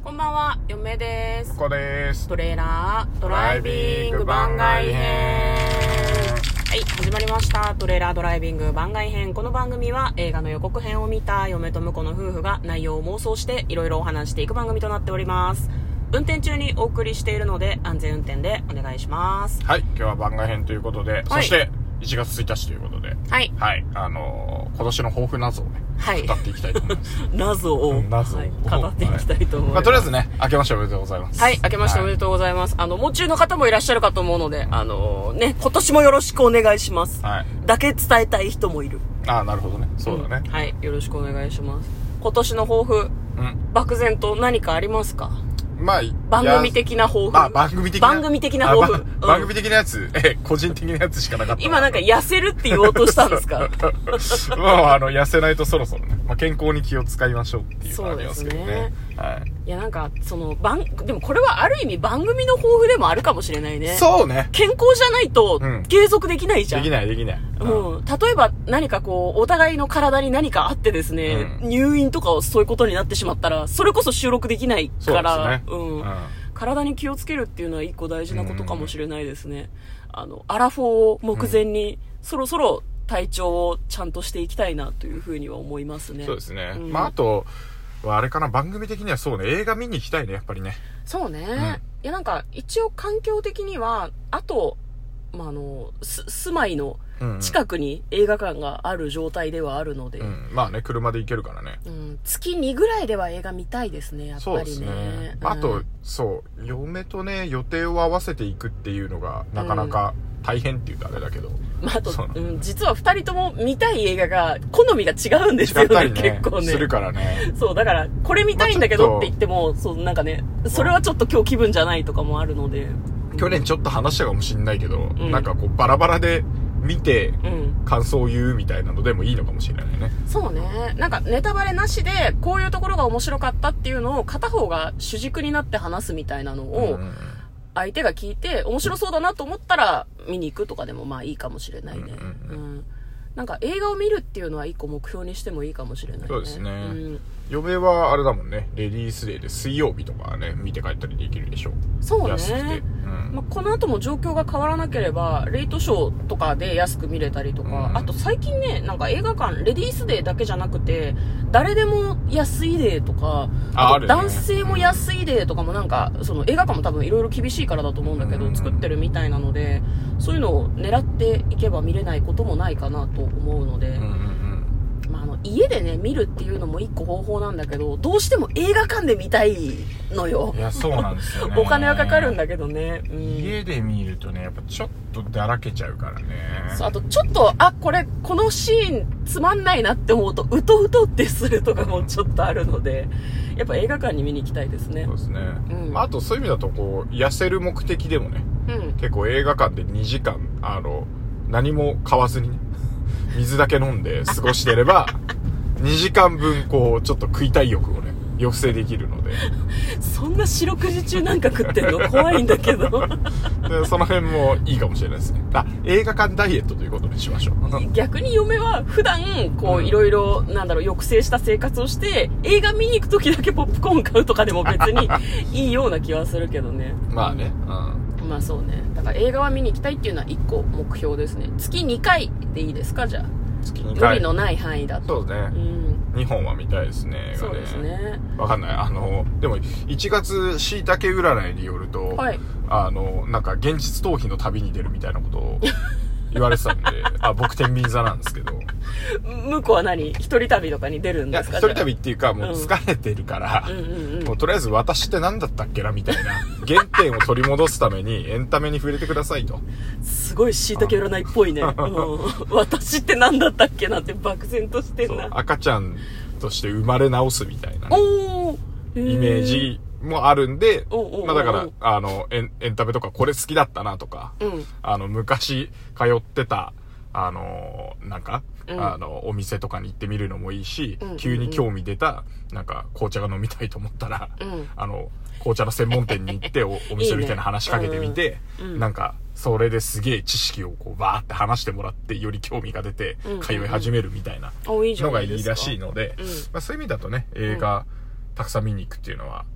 こんばんは、嫁です。 ここです。 トレーラードライビング番外編。はい、始まりました。トレーラードライビング番外編。この番組は映画の予告編を見た嫁と婿の夫婦が内容を妄想していろいろお話していく番組となっております。運転中にお送りしているので安全運転でお願いします。 はい、今日は番外編ということで、そして1月1日ということで、 はい。 はい、今年の抱負謎をね、 はい、 語っていきたいと思います。 謎を、はい、語っていきたいと思います。 とりあえずね、明けましておめでとうございます。 はい、明けましておめでとうございます。夢中の方もいらっしゃるかと思うので、ね、今年もよろしくお願いします。はい。だけ伝えたい人もいる。 ああ、なるほどね。そうだね、 はい、よろしくお願いします。今年の抱負、漠然と何かありますか？ まあ、 番組的な抱負。 番組的な抱負。 番組的なやつ、個人的なやつしかなかった。 今なんか痩せるって言おうとしたんですか？ もう痩せないとそろそろね、健康に気を使いましょうっていうのがありますけどね。そうですね。はい。いやなんか、でもこれはある意味番組の抱負でもあるかもしれないね。 そうね。 健康じゃないと継続できないじゃん。 できない。 例えば何かお互いの体に何かあってですね、入院とかをそういうことになってしまったら、それこそ収録できないから、体に気をつけるっていうのは一個大事なことかもしれないですね。アラフォーを目前に、そろそろ体調をちゃんとしていきたいなというふうには思いますね。 そうですね。あとはあれかな、番組的にはそうね、映画見に行きたいね、やっぱりね。そうね。 いやなんか、一応環境的には、あと、住まいの近くに映画館がある状態ではあるので。 まあね、車で行けるからね。 月2ぐらいでは映画見たいですね、やっぱりね。そうですね。 あと、嫁とね、予定を合わせていくっていうのが、なかなか大変っていうとあれだけど。 あと、実は2人とも見たい映画が、好みが違うんですよね、結構ね。 するからね。 そう、だから、これ見たいんだけどって言っても、なんかね、それはちょっと今日気分じゃないとかもあるので。 去年ちょっと話したかもしんないけど、なんかバラバラで見て、感想を言うみたいなのでもいいのかもしれないね。そうね。なんかネタバレなしで、こういうところが面白かったっていうのを片方が主軸になって話すみたいなのを、相手が聞いて面白そうだなと思ったら見に行くとかでもまあいいかもしれないね。なんか映画を見るっていうのは一個目標にしてもいいかもしれないね。そうですね。 嫁はあれだもんね、レディースデーで水曜日とかね、見て帰ったりできるでしょ。 そうね。安くて。この後も状況が変わらなければ、レイトショーとかで安く見れたりとか、あと最近ね、なんか映画館、レディースデーだけじゃなくて、誰でも安いデーとか、あと男性も安いデーとかもなんか、映画館も多分いろいろ厳しいからだと思うんだけど、作ってるみたいなので、そういうのを狙っていけば見れないこともないかなと思うので、家でね見るっていうのも一個方法なんだけど、どうしても映画館で見たいのよ。 いや、そうなんですよね。 お金はかかるんだけどね。 家で見るとね、やっぱちょっとだらけちゃうからね。 あとちょっとこのシーンつまんないなって思うとうとうとってするとかもちょっとあるので、やっぱ映画館に見に行きたいですね。そうですね。 あとそういう意味だと痩せる目的でもね、結構映画館で2時間何も買わずにね、水だけ飲んで過ごしてれば2時間分ちょっと食いたい欲をね抑制できるので。 そんな四六時中なんか食ってんの怖いんだけど。 でその辺もいいかもしれないですね。映画館ダイエットということにしましょう。 逆に嫁は普段いろいろ抑制した生活をして映画見に行く時だけポップコーン買うとかでも別にいいような気はするけどね。まあね。まあそうね。だから映画は見に行きたいっていうのは1個目標ですね。月2回でいいですか、じゃあ。月2回。無理のない範囲だと。 そうですね。2本は見たいですね。 そうですね。 わかんない。でも1月椎茸占いによると、なんか現実逃避の旅に出るみたいなことを言われてたんで、僕天秤座なんですけど。 向こうは何？一人旅とかに出るんですか？ 一人旅っていうか、もう疲れてるから、もうとりあえず私って何だったっけなみたいな、原点を取り戻すためにエンタメに触れてくださいと。 すごい椎茸占いっぽいね。私って何だったっけなって漠然としてんな。 赤ちゃんとして生まれ直すみたいな、ね、イメージもあるんで、だから、エンタメとかこれ好きだったなとか、昔通ってた、なんか、お店とかに行ってみるのもいいし、急に興味出た、なんか、紅茶が飲みたいと思ったら、紅茶の専門店に行ってお店みたいな話しかけてみて、なんか、それですげえ知識をバーって話してもらって、より興味が出て、通い始めるみたいなのがいいらしいので、そういう意味だとね、映画、たくさん見に行くっていうのは、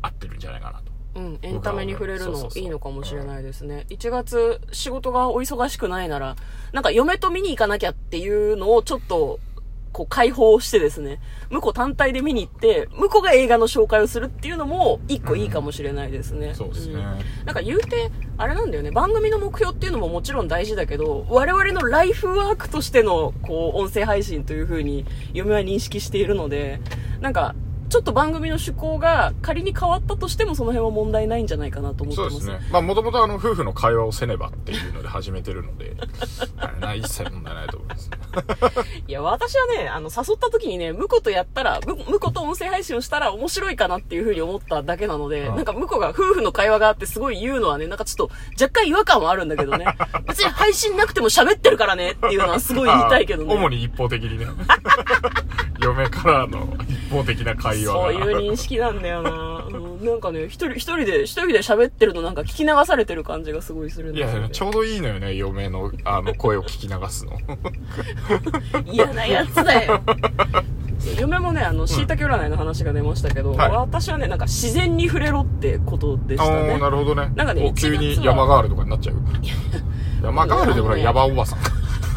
合ってるんじゃないかなと。 エンタメに触れるのいいのかもしれないですね。1月仕事がお忙しくないなら、なんか嫁と見に行かなきゃっていうのをちょっとこう解放してですね、向こう単体で見に行って、向こうが映画の紹介をするっていうのも一個いいかもしれないですね。 そうですね。 なんか言うて、あれなんだよね、番組の目標っていうのももちろん大事だけど、我々のライフワークとしての、こう、音声配信という風に嫁は認識しているので、なんか、ちょっと番組の趣向が仮に変わったとしてもその辺は問題ないんじゃないかなと思ってます。 そうですね。まあもともと夫婦の会話をせねばっていうので始めてるので、一切問題ないと思います。 いや、私はね、誘った時にね、向こうとやったら、向こうと音声配信をしたら面白いかなっていう風に思っただけなので、なんか向こうが夫婦の会話があってすごい言うのはね、なんかちょっと若干違和感はあるんだけどね。別に配信なくても喋ってるからねっていうのはすごい言いたいけどね。 主に一方的にね。嫁からの一方的な会話が。 そういう認識なんだよな。なんかね、一人で喋ってるのなんか聞き流されてる感じがすごいするんですよ、ね。 いや、ちょうどいいのよね、嫁の声を聞き流すの。 嫌なやつだよ。嫁もね、椎茸占いの話が出ましたけど、私はね、なんか自然に触れろってことでしたね。 なるほどね。 なんかね、 急に山ガールとかになっちゃう。山ガールでもない、山おばさん。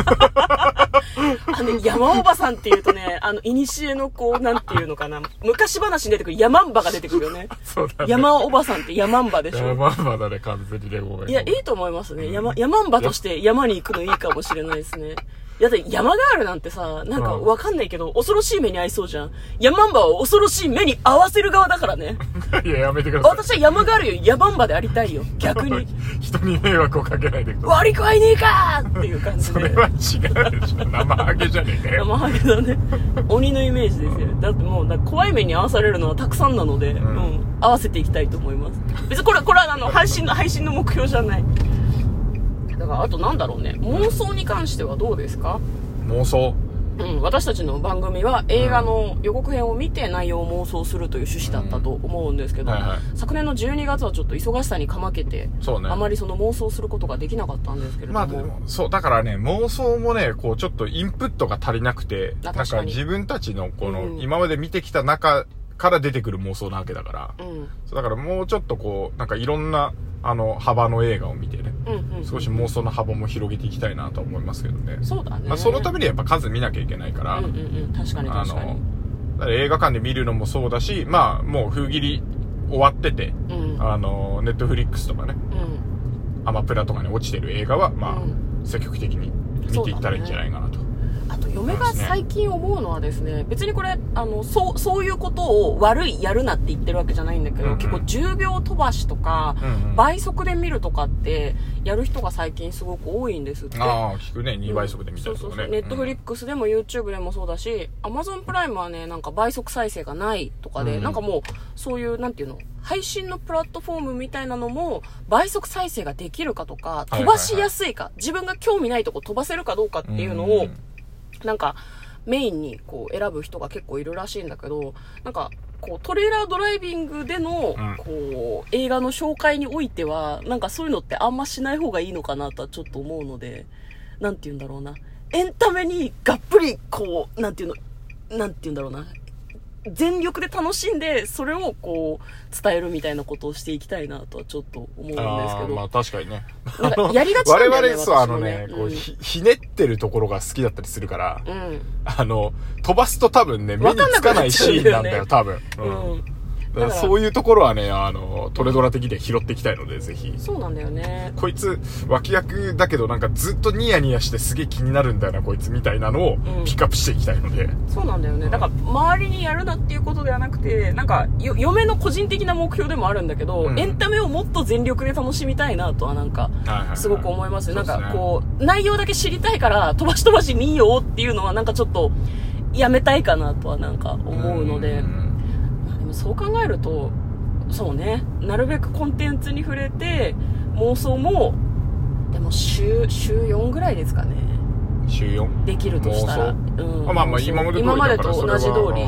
山おばさんって言うとね、いにしえのこう、なんていうのかな、昔話に出てくる山んばが出てくるよね。 そうだね。 山おばさんって山んばでしょ。 山んばだね、完全にね、ごめん。 いや、いいと思いますね。山んばとして山に行くのいいかもしれないですね。いや、だって山ガールなんてさ、なんかわかんないけど、恐ろしい目に遭いそうじゃん。山んばは恐ろしい目に合わせる側だからね。 いや、やめてください。 私は山ガールより山んばでありたいよ。逆に。 人に迷惑をかけないでください。 割り食いねえかーっていう感じで。 それは違うでしょ。生ハゲじゃねえかよ。 生ハゲだね。鬼のイメージですよ。だってもう、怖い目に合わされるのはたくさんなので、合わせていきたいと思います。別にこれは配信の目標じゃない。だから、あとなんだろうね。妄想に関してはどうですか？ 妄想？ 私たちの番組は映画の予告編を見て内容を妄想するという趣旨だったと思うんですけど、昨年の12月はちょっと忙しさにかまけて、あまりその妄想することができなかったんですけれども。 まあ、そう、だからね、妄想もね、こう、ちょっとインプットが足りなくて、なんか自分たちのこの、今まで見てきた中から出てくる妄想なわけだから、だからもうちょっとこう、なんかいろんな、幅の映画を見てね、少し妄想の幅も広げていきたいなと思いますけどね。 そうだね。 まあ、そのためにやっぱ数見なきゃいけないから、 確かに確かに。 映画館で見るのもそうだし、まあ、もう封切り終わってて、ネットフリックスとかね、アマプラとかに落ちてる映画は、まあ、積極的に見ていったらいいんじゃないかなと。 あと嫁が最近思うのはですね、別にこれそういうことを悪いやるなって言ってるわけじゃないんだけど、結構10秒飛ばしとか、倍速で見るとかってやる人が最近すごく多いんですって。 ああ、聞くね。2倍速で見たりとかね。 ネットフリックスでも YouTube でもそうだし、Amazon プライムはね、なんか倍速再生がないとかで、なんかもうそういうなんていうの、配信のプラットフォームみたいなのも倍速再生ができるかとか、飛ばしやすいか、自分が興味ないとこ飛ばせるかどうかっていうのを、なんかメインにこう選ぶ人が結構いるらしいんだけど、なんかこうトレーラードライビングでのこう映画の紹介においてはなんかそういうのってあんましない方がいいのかなとはちょっと思うので、なんて言うんだろうな、エンタメにがっぷりこうなんて言うんだろうな、全力で楽しんでそれをこう伝えるみたいなことをしていきたいなとはちょっと思うんですけど。 まあ確かにね。 なんかやりがちなんだよね。 我々そうこうひねってるところが好きだったりするから、飛ばすと多分ね目につかないシーンなんだよ多分。だからそういうところはね、トレドラ的で拾っていきたいので、ぜひ。 そうなんだよね。 こいつ、脇役だけどなんかずっとニヤニヤしてすげえ気になるんだよな、こいつみたいなのをピックアップしていきたいので。 そうなんだよね。だから、周りにやるなっていうことではなくて、なんか、嫁の個人的な目標でもあるんだけど、エンタメをもっと全力で楽しみたいなとはなんか、すごく思いますね。なんか、こう、内容だけ知りたいから、飛ばし見ようっていうのはなんかちょっと、やめたいかなとはなんか思うので、そう考えると、そうね、なるべくコンテンツに触れて妄想もでも週4ぐらいですかね。 週 4? できるとしたら、 まあ今までと同じ通り、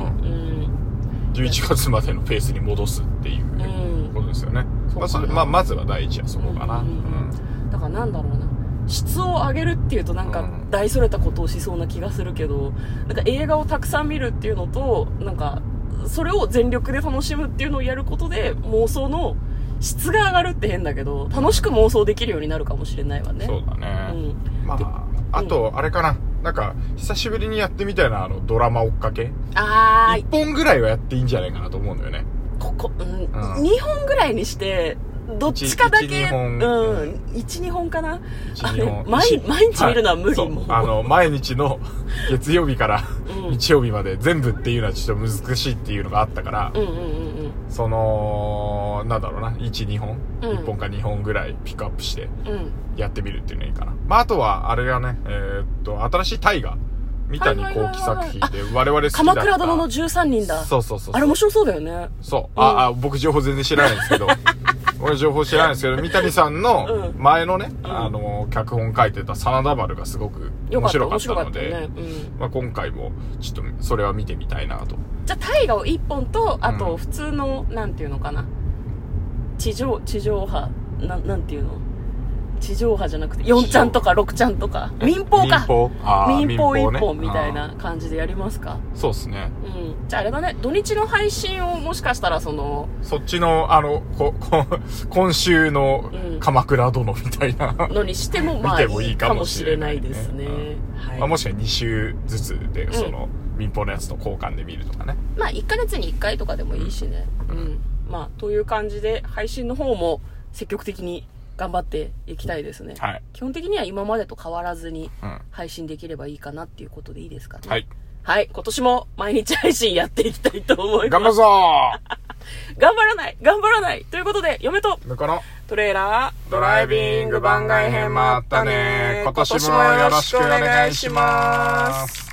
11月までのペースに戻すっていうことですよね。まずは第一はそこかな。 だからなんだろうな、質を上げるっていうとなんか大それたことをしそうな気がするけど、なんか映画をたくさん見るっていうのとなんかそれを全力で楽しむっていうのをやることで、妄想の質が上がるって変だけど、楽しく妄想できるようになるかもしれないわね。 そうだね。まあ、あと、あれかな。なんか、久しぶりにやってみたいな、ドラマ追っかけ。1本ぐらいはやっていいんじゃないかなと思うんだよね。 2本ぐらいにして、どっちかだけ、1、2本かな。毎日見るのは無理も。 毎日の月曜日から日曜日まで全部っていうのはちょっと難しいっていうのがあったから、なんだろうな、1、2本、1本か2本ぐらいピックアップしてやってみるっていうのがいいかな。まあ、あとは、あれがね、新しい大河。三谷幸喜作品で我々好きだった。 鎌倉殿の13人だ。 そう。 あれ面白そうだよね。 そう。僕情報全然知らないんですけど。俺情報知らないんですけど、三谷さんの前のね、脚本書いてた真田丸がすごく面白かったので、まあ今回もちょっとそれは見てみたいなと。 じゃあ大河を1本と、あと普通の、なんていうのかな。地上波、なんていうの地上波じゃなくて、4ちゃんとか6ちゃんとか、民放か。民放1本みたいな感じでやりますか。 そうですね。 じゃああれだね、土日の配信をもしかしたらそっちの、今週の鎌倉殿みたいなのにしても、まあ、いいかもしれないですね。 もしくは2週ずつで、民放のやつと交換で見るとかね。 まあ、1ヶ月に1回とかでもいいしね。まあ、という感じで、配信の方も積極的に頑張っていきたいですね。基本的には今までと変わらずに配信できればいいかなっていうことでいいですかね。はい。今年も毎日配信やっていきたいと思います。 頑張るぞー頑張らないということで、嫁とトレーラードライビング番外編もあったね。今年もよろしくお願いします。